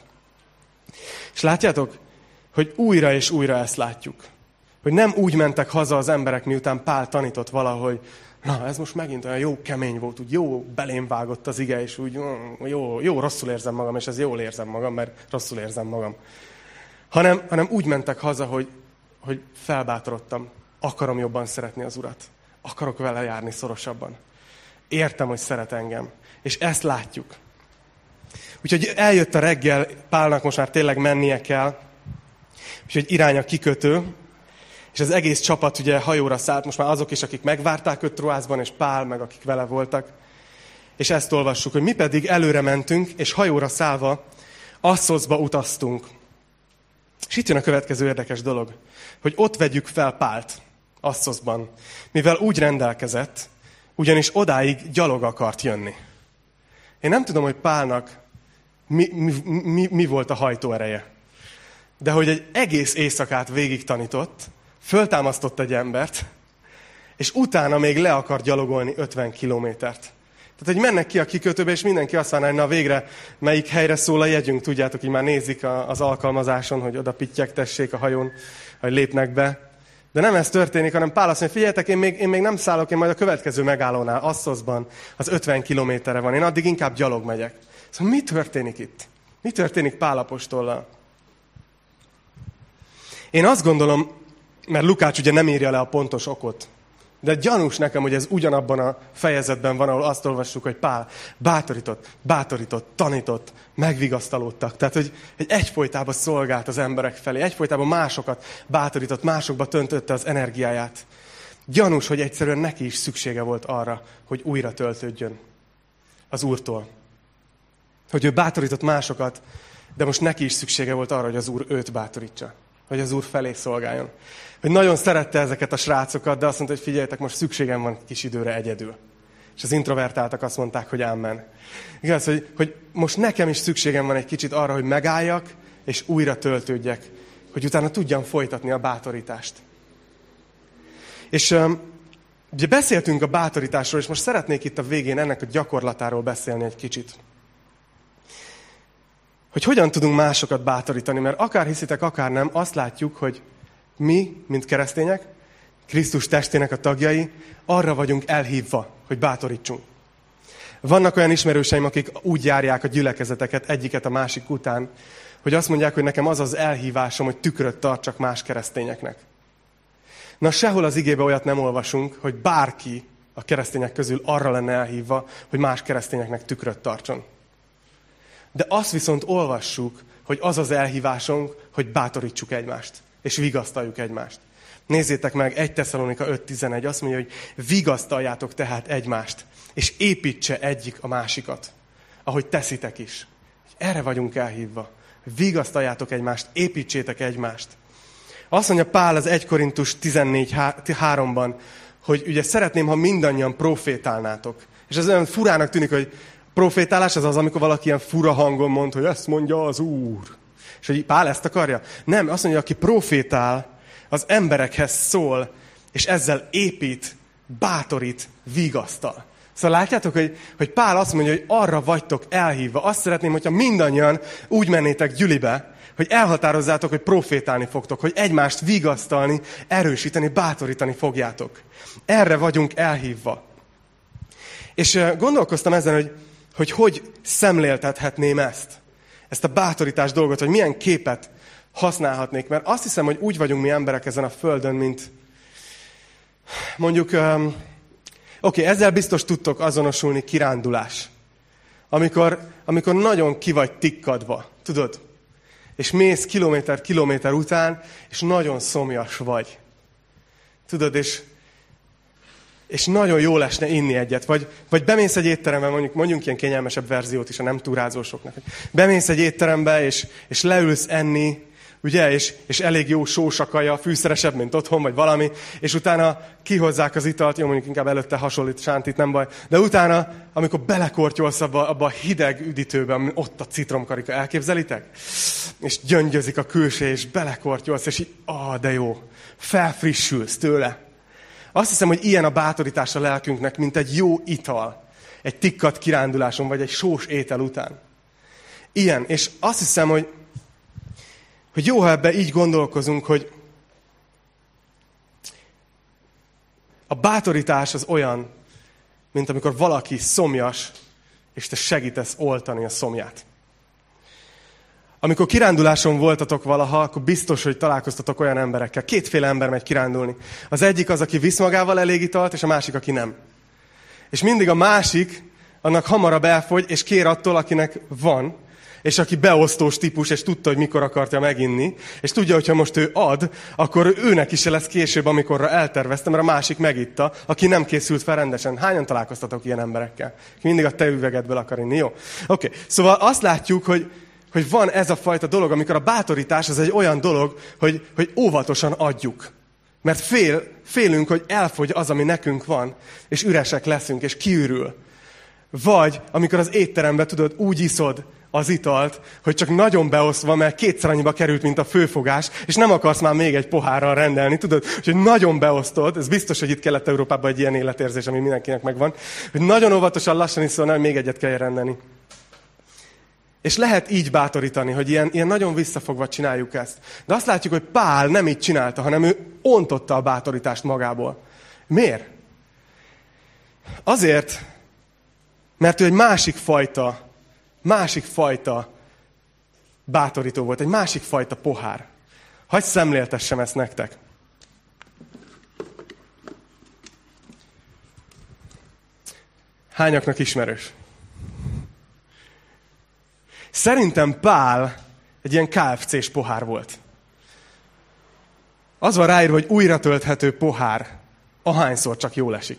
És látjátok, hogy újra és újra ezt látjuk. Hogy nem úgy mentek haza az emberek, miután Pál tanított valahogy, na, ez most megint olyan jó kemény volt, úgy jó belém vágott az ige, és úgy jó rosszul érzem magam, és ez jól érzem magam, mert rosszul érzem magam. Hanem úgy mentek haza, hogy felbátorodtam, akarom jobban szeretni az Urat. Akarok vele járni szorosabban. Értem, hogy szeret engem. És ezt látjuk. Úgyhogy eljött a reggel, Pálnak most már tényleg mennie kell, úgyhogy irány a kikötő, és az egész csapat ugye hajóra szállt, most már azok is, akik megvárták őt Troászban, és Pál, meg akik vele voltak. És ezt olvassuk, hogy mi pedig előre mentünk, és hajóra szállva Asszoszba utaztunk. És itt jön a következő érdekes dolog, hogy ott vegyük fel Pált Asszoszban, mivel úgy rendelkezett, ugyanis odáig gyalog akart jönni. Én nem tudom, hogy Pálnak mi volt a hajtóereje. De hogy egy egész éjszakát végig tanított, föltámasztott egy embert, és utána még le akar gyalogolni 50 kilométert. Tehát, hogy mennek ki a kikötőbe, és mindenki azt mondja, hogy na végre melyik helyre szól a jegyünk, tudjátok, így már nézik az alkalmazáson, hogy oda pittyegtessék a hajón, hogy lépnek be. De nem ez történik, hanem Pál azt mondja, figyeljetek, én még nem szállok, én majd a következő megállónál, Asszoszban, az 50 kilométerre van, én addig inkább gyalog megyek. Szóval mi történik itt? Mi történik Pál apostollal? Én azt gondolom, mert Lukács ugye nem írja le a pontos okot, de gyanús nekem, hogy ez ugyanabban a fejezetben van, ahol azt olvassuk, hogy Pál bátorított, tanított, megvigasztalódtak. Tehát, hogy egyfolytában szolgált az emberek felé, egyfolytában másokat bátorított, másokba töntötte az energiáját. Gyanús, hogy egyszerűen neki is szüksége volt arra, hogy újra töltődjön az Úrtól. Hogy ő bátorított másokat, de most neki is szüksége volt arra, hogy az Úr őt bátorítsa. Hogy az Úr felé szolgáljon. Hogy nagyon szerette ezeket a srácokat, de azt mondta, hogy figyeljetek, most szükségem van kis időre egyedül. És az introvertáltak azt mondták, hogy amen. Igaz, hogy most nekem is szükségem van egy kicsit arra, hogy megálljak, és újra töltődjek, hogy utána tudjam folytatni a bátorítást. És ugye beszéltünk a bátorításról, és most szeretnék itt a végén ennek a gyakorlatáról beszélni egy kicsit. Hogy hogyan tudunk másokat bátorítani, mert akár hiszitek, akár nem, azt látjuk, hogy mi, mint keresztények, Krisztus testének a tagjai, arra vagyunk elhívva, hogy bátorítsunk. Vannak olyan ismerőseim, akik úgy járják a gyülekezeteket egyiket a másik után, hogy azt mondják, hogy nekem az az elhívásom, hogy tükröt tartsak más keresztényeknek. Na, sehol az igébe olyat nem olvasunk, hogy bárki a keresztények közül arra lenne elhívva, hogy más keresztényeknek tükröt tartson. De azt viszont olvassuk, hogy az az elhívásunk, hogy bátorítsuk egymást, és vigasztaljuk egymást. Nézzétek meg, 1 Tesszalonika 5.11 azt mondja, hogy vigasztaljátok tehát egymást, és építse egyik a másikat, ahogy teszitek is. Erre vagyunk elhívva. Vigasztaljátok egymást, építsétek egymást. Azt mondja Pál az 1 Korintus 14.3-ban, hogy ugye szeretném, ha mindannyian profétálnátok. És ez olyan furának tűnik, hogy profétálás az az, amikor valaki ilyen fura hangon mond, hogy ezt mondja az Úr. És hogy Pál ezt akarja? Nem, azt mondja, aki profétál, az emberekhez szól, és ezzel épít, bátorít, vigasztal. Szóval látjátok, hogy Pál azt mondja, hogy arra vagytok elhívva. Azt szeretném, hogyha mindannyian úgy mennétek gyülibe, hogy elhatározzátok, hogy profétálni fogtok, hogy egymást vigasztalni, erősíteni, bátorítani fogjátok. Erre vagyunk elhívva. És gondolkoztam ezen, hogy szemléltethetném ezt a bátorítás dolgot, hogy milyen képet használhatnék, mert azt hiszem, hogy úgy vagyunk mi emberek ezen a földön, mint mondjuk, ezzel biztos tudtok azonosulni, kirándulás. Amikor nagyon ki vagy tikkadva, tudod? És mész kilométer után, és nagyon szomjas vagy. Tudod, és nagyon jól esne inni egyet. Vagy bemész egy étterembe, mondjunk ilyen kényelmesebb verziót is a nem túrázósoknak. Bemész egy étterembe, és leülsz enni, ugye, és elég jó sós a kaja, fűszeresebb, mint otthon, vagy valami, és utána kihozzák az italt, jó, mondjuk inkább előtte hasonlít sántit, nem baj, de utána, amikor belekortyolsz abba a hideg üdítőbe, ami ott a citromkarika, elképzelitek? És gyöngyözik a külső, és belekortyolsz, és így, de jó, felfrissülsz tőle. Azt hiszem, hogy ilyen a bátorítás a lelkünknek, mint egy jó ital, egy tikkat kiránduláson, vagy egy sós étel után. Ilyen, és azt hiszem, hogy jó, ha ebben így gondolkozunk, hogy a bátorítás az olyan, mint amikor valaki szomjas, és te segítesz oltani a szomját. Amikor kiránduláson voltatok valaha, akkor biztos, hogy találkoztatok olyan emberekkel. 2 ember megy kirándulni. Az egyik az, aki visz magával elég italt, és a másik, aki nem. És mindig a másik, annak hamarabb elfogy, és kér attól, akinek van, és aki beosztós típus, és tudta, hogy mikor akarja meginni, és tudja, hogy ha most ő ad, akkor őnek is lesz később, amikorra elterveztem, mert a másik megitta, aki nem készült fel rendesen. Hányan találkoztatok ilyen emberekkel? Mindig a te üvegedből akar inni, jó? Oké. Szóval azt látjuk, hogy van ez a fajta dolog, amikor a bátorítás az egy olyan dolog, hogy óvatosan adjuk. Mert félünk, hogy elfogy az, ami nekünk van, és üresek leszünk, és kiürül. Vagy amikor az étterembe, tudod, úgy iszod az italt, hogy csak nagyon beosztva, mert 2-szer annyiba került, mint a főfogás, és nem akarsz már még egy pohárral rendelni, tudod? Úgyhogy nagyon beosztod, ez biztos, hogy itt Kelet-Európában egy ilyen életérzés, ami mindenkinek megvan, hogy nagyon óvatosan lassan iszol, hogy még egyet kell rendelni. És lehet így bátorítani, hogy ilyen nagyon visszafogva csináljuk ezt. De azt látjuk, hogy Pál nem így csinálta, hanem ő ontotta a bátorítást magából. Miért? Azért, mert ő egy másik fajta bátorító volt, egy másik fajta pohár. Hadd szemléltessem ezt nektek. Hányaknak ismerős? Szerintem Pál egy ilyen KFC-s pohár volt. Az van ráírva, hogy újra tölthető pohár, ahányszor csak jól esik.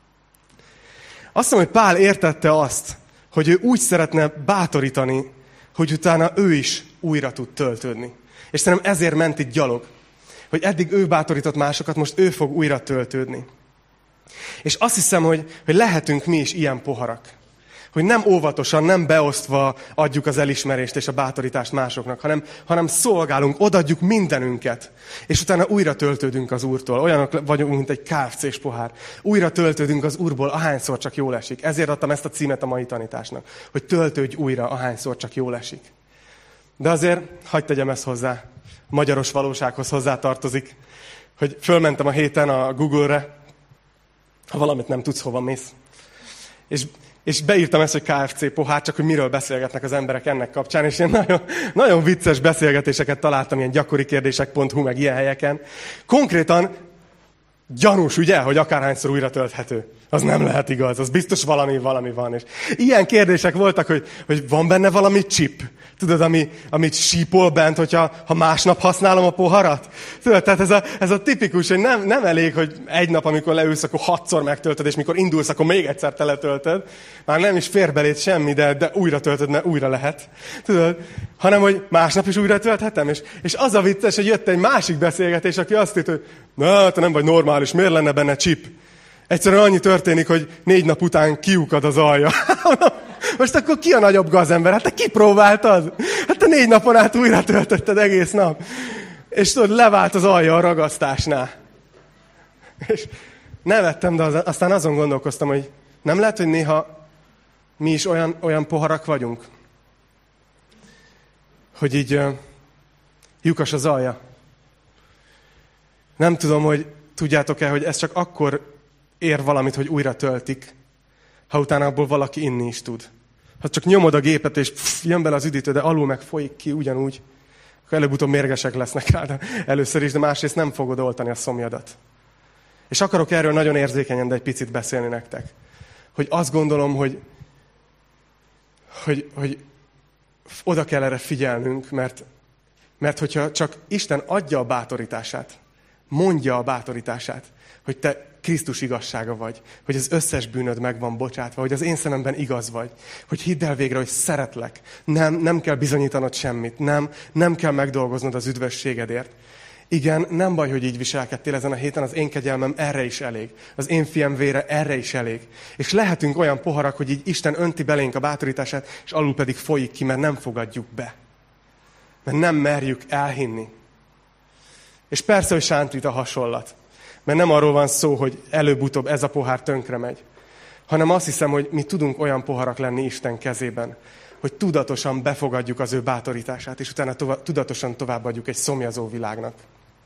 Azt mondom, hogy Pál értette azt, hogy ő úgy szeretne bátorítani hogy utána ő is újra tud töltődni. És szerintem ezért ment itt gyalog. Hogy eddig ő bátorított másokat, most ő fog újra töltődni. És azt hiszem, hogy lehetünk mi is ilyen poharak. Hogy nem óvatosan, nem beosztva adjuk az elismerést és a bátorítást másoknak, hanem szolgálunk, odaadjuk mindenünket. És utána újra töltődünk az Úrtól. Olyanok vagyunk, mint egy KFC-s pohár. Újra töltődünk az Úrból, ahányszor csak jól esik. Ezért adtam ezt a címet a mai tanításnak. Hogy töltődj újra, ahányszor csak jól esik. De azért, hadd tegyem ezt hozzá, magyaros valósághoz hozzátartozik, hogy fölmentem a héten a Google-re, ha valamit nem tudsz, hova mész. És beírtam ezt, hogy KFC pohár, csak hogy miről beszélgetnek az emberek ennek kapcsán, és ilyen nagyon, nagyon vicces beszélgetéseket találtam, ilyen gyakorikérdések.hu, meg ilyen helyeken. Konkrétan gyanús, ugye, hogy akárhányszor újra tölthető. Az nem lehet igaz, az biztos valami van. És ilyen kérdések voltak, hogy van benne valami chip. Tudod, amit sípol bent, hogyha másnap használom a poharat? Tudod, tehát ez a tipikus, hogy nem elég, hogy egy nap, amikor leülsz, akkor 6-szor megtöltöd, és mikor indulsz, akkor még egyszer teletöltöd. Már nem is férbelét semmi, de újra töltöd, mert újra lehet. Tudod? Hanem, hogy másnap is újra tölthetem. És az a vicces, hogy jött egy másik beszélgetés, aki azt hitt, hogy na, te nem vagy normális, miért lenne benne chip? Egyszerűen annyi történik, hogy 4 nap után kiukad az alja. Most akkor ki a nagyobb gazember? Hát te kipróbáltad? Hát te 4 napon át újra töltötted egész nap. És tudod, levált az alja a ragasztásnál. És nevettem, de aztán azon gondolkoztam, hogy nem lehet, hogy néha mi is olyan poharak vagyunk, hogy így lyukas az alja. Nem tudom, hogy tudjátok-e, hogy ez csak akkor ér valamit, hogy újra töltik, ha utána abból valaki inni is tud. Ha csak nyomod a gépet, és jön bele az üdítő, de alul meg folyik ki ugyanúgy, akkor előbb-utóbb mérgesek lesznek rá, először is, de másrészt nem fogod oltani a szomjadat. És akarok erről nagyon érzékenyen, de egy picit beszélni nektek. Hogy azt gondolom, hogy oda kell erre figyelnünk, mert hogyha csak Isten adja a bátorítását, mondja a bátorítását, hogy te Krisztus igazsága vagy, hogy az összes bűnöd meg van bocsátva, hogy az én szememben igaz vagy, hogy hidd el végre, hogy szeretlek, nem kell bizonyítanod semmit, nem kell megdolgoznod az üdvösségedért. Igen, nem baj, hogy így viselkedtél ezen a héten, az én kegyelmem erre is elég, az én fiam vére erre is elég. És lehetünk olyan poharak, hogy így Isten önti belénk a bátorítását, és alul pedig folyik ki, mert nem fogadjuk be. Mert nem merjük elhinni. És persze, hogy sántít a hasonlat. Mert nem arról van szó, hogy előbb-utóbb ez a pohár tönkre megy, hanem azt hiszem, hogy mi tudunk olyan poharak lenni Isten kezében, hogy tudatosan befogadjuk az ő bátorítását, és utána tudatosan továbbadjuk egy szomjazó világnak.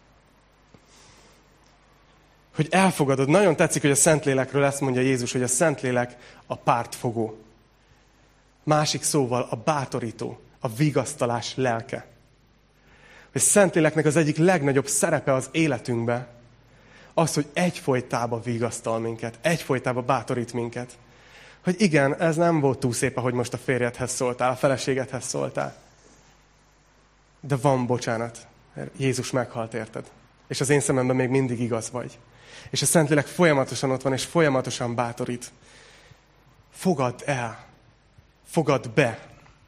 Hogy elfogadod. Nagyon tetszik, hogy a Szentlélekről ezt mondja Jézus, hogy a Szentlélek a pártfogó. Másik szóval a bátorító, a vigasztalás lelke. Hogy Szentléleknek az egyik legnagyobb szerepe az életünkben, az, hogy egyfolytában vigasztal minket, egyfolytában bátorít minket. Hogy igen, ez nem volt túl szép, ahogy most a férjedhez szóltál, a feleségedhez szóltál. De van bocsánat. Jézus meghalt érted. És az én szememben még mindig igaz vagy. És a Szentlélek folyamatosan ott van, és folyamatosan bátorít. Fogadd el. Fogadd be.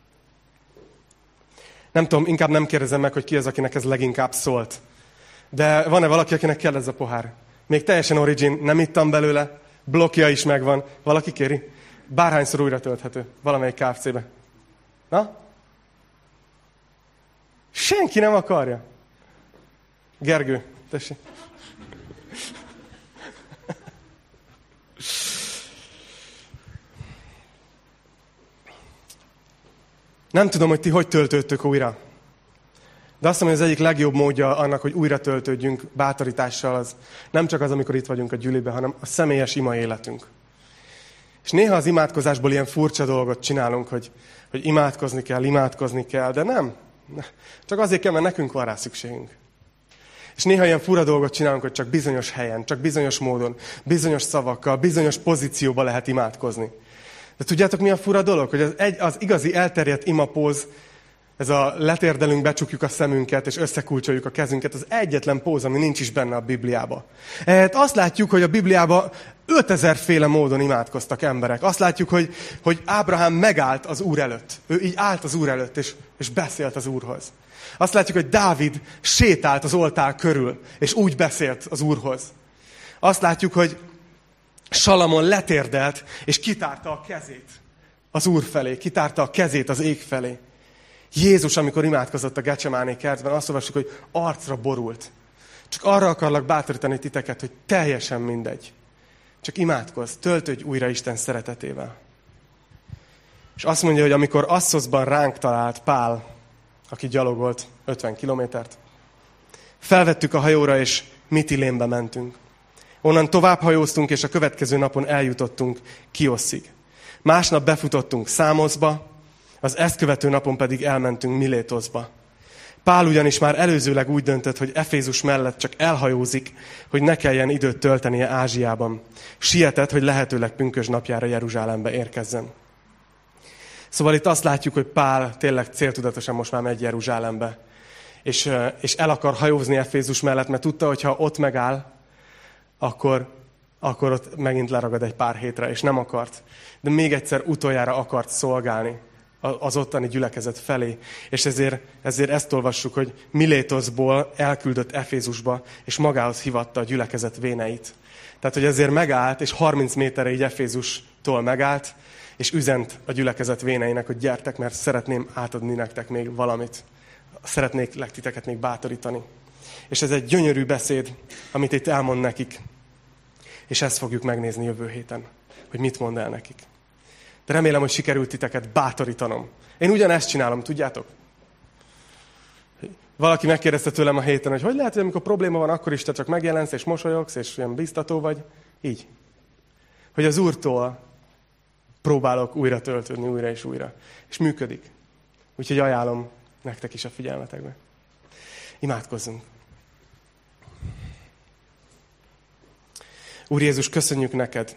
Nem tudom, inkább nem kérdezem meg, hogy ki az, akinek ez leginkább szólt. De van-e valaki, akinek kell ez a pohár? Még teljesen origin, nem ittam belőle, blokkja is megvan. Valaki kéri? Bárhányszor újra tölthető. Valamelyik KFC-be. Na? Senki nem akarja. Gergő, tessék. Nem tudom, hogy ti hogy töltődtök újra. De azt mondom, hogy az egyik legjobb módja annak, hogy újra töltődjünk bátorítással, az nem csak az, amikor itt vagyunk a gyüliben, hanem a személyes ima életünk. És néha az imádkozásból ilyen furcsa dolgot csinálunk, hogy imádkozni kell, de nem. Csak azért kell, mert nekünk van rá szükségünk. És néha ilyen fura dolgot csinálunk, hogy csak bizonyos helyen, csak bizonyos módon, bizonyos szavakkal, bizonyos pozícióban lehet imádkozni. De tudjátok, mi a fura dolog? Hogy az igazi elterjedt imapóz Ez a letérdelünk, becsukjuk a szemünket, és összekulcsoljuk a kezünket, az egyetlen póz, ami nincs is benne a Bibliában. Hát azt látjuk, hogy a Bibliában 5000 féle módon imádkoztak emberek. Azt látjuk, hogy Ábrahám megállt az Úr előtt. Ő így állt az Úr előtt, és beszélt az Úrhoz. Azt látjuk, hogy Dávid sétált az oltár körül, és úgy beszélt az Úrhoz. Azt látjuk, hogy Salamon letérdelt, és kitárta a kezét az Úr felé, kitárta a kezét az ég felé. Jézus, amikor imádkozott a Gecsemáné kertben, azt olvassuk, hogy arcra borult. Csak arra akarlak bátorítani titeket, hogy teljesen mindegy. Csak imádkozz, töltődj újra Isten szeretetével. És azt mondja, hogy amikor Asszoszban ránk talált Pál, aki gyalogolt 50 kilométert, felvettük a hajóra, és Mitilénbe mentünk. Onnan tovább hajóztunk, és a következő napon eljutottunk Kioszig. Másnap befutottunk Számoszba, az ezt követő napon pedig elmentünk Milétoszba. Pál ugyanis már előzőleg úgy döntött, hogy Efézus mellett csak elhajózik, hogy ne kelljen időt töltenie Ázsiában. Sietett, hogy lehetőleg pünkösd napjára Jeruzsálembe érkezzen. Szóval itt azt látjuk, hogy Pál tényleg céltudatosan most már megy Jeruzsálembe. És el akar hajózni Efézus mellett, mert tudta, hogy ha ott megáll, akkor ott megint leragad egy pár hétre, és nem akart. De még egyszer utoljára akart szolgálni az ottani gyülekezet felé. És ezért ezt olvassuk, hogy Milétoszból elküldött Efézusba, és magához hívatta a gyülekezet véneit. Tehát, hogy ezért megállt, és 30 méterre így Efézustól megállt, és üzent a gyülekezet véneinek, hogy gyertek, mert szeretném átadni nektek még valamit. Szeretnék titeket még bátorítani. És ez egy gyönyörű beszéd, amit itt elmond nekik. És ezt fogjuk megnézni jövő héten, hogy mit mond el nekik. De remélem, hogy sikerült titeket bátorítanom. Én ugyanezt csinálom, tudjátok? Valaki megkérdezte tőlem a héten, hogy lehet, hogy amikor probléma van, akkor is te csak megjelensz, és mosolyogsz, és olyan biztató vagy. Így. Hogy az Úrtól próbálok újra töltődni, újra és újra. És működik. Úgyhogy ajánlom nektek is a figyelmetekbe. Imádkozzunk. Úr Jézus, köszönjük neked,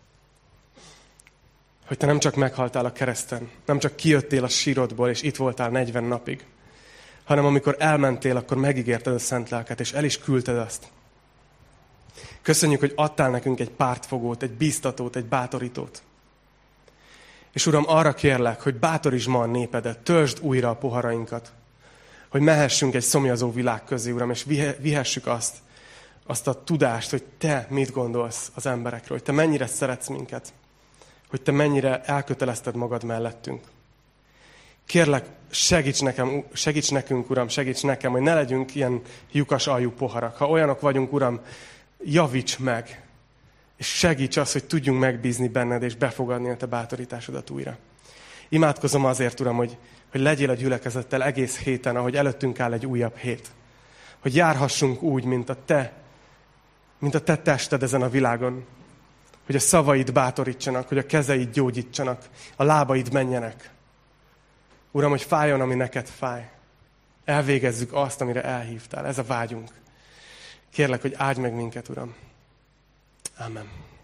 hogy te nem csak meghaltál a kereszten, nem csak kijöttél a sírodból, és itt voltál 40 napig, hanem amikor elmentél, akkor megígérted a szent lelket, és el is küldted azt. Köszönjük, hogy adtál nekünk egy pártfogót, egy bíztatót, egy bátorítót. És Uram, arra kérlek, hogy bátorítsd ma a népedet, töltsd újra a poharainkat, hogy mehessünk egy szomjazó világ közé, Uram, és vihessük azt a tudást, hogy te mit gondolsz az emberekről, hogy te mennyire szeretsz minket, hogy te mennyire elkötelezted magad mellettünk. Kérlek, segíts nekünk, Uram, segíts nekem, hogy ne legyünk ilyen lyukas aljú poharak. Ha olyanok vagyunk, Uram, javíts meg, és segíts azt, hogy tudjunk megbízni benned, és befogadni a te bátorításodat újra. Imádkozom azért, Uram, hogy legyél a gyülekezettel egész héten, ahogy előttünk áll egy újabb hét. Hogy járhassunk úgy, mint a te tested ezen a világon. Hogy a szavaid bátorítsanak, hogy a kezeid gyógyítsanak, a lábaid menjenek. Uram, hogy fájjon, ami neked fáj. Elvégezzük azt, amire elhívtál. Ez a vágyunk. Kérlek, hogy áldj meg minket, Uram. Amen.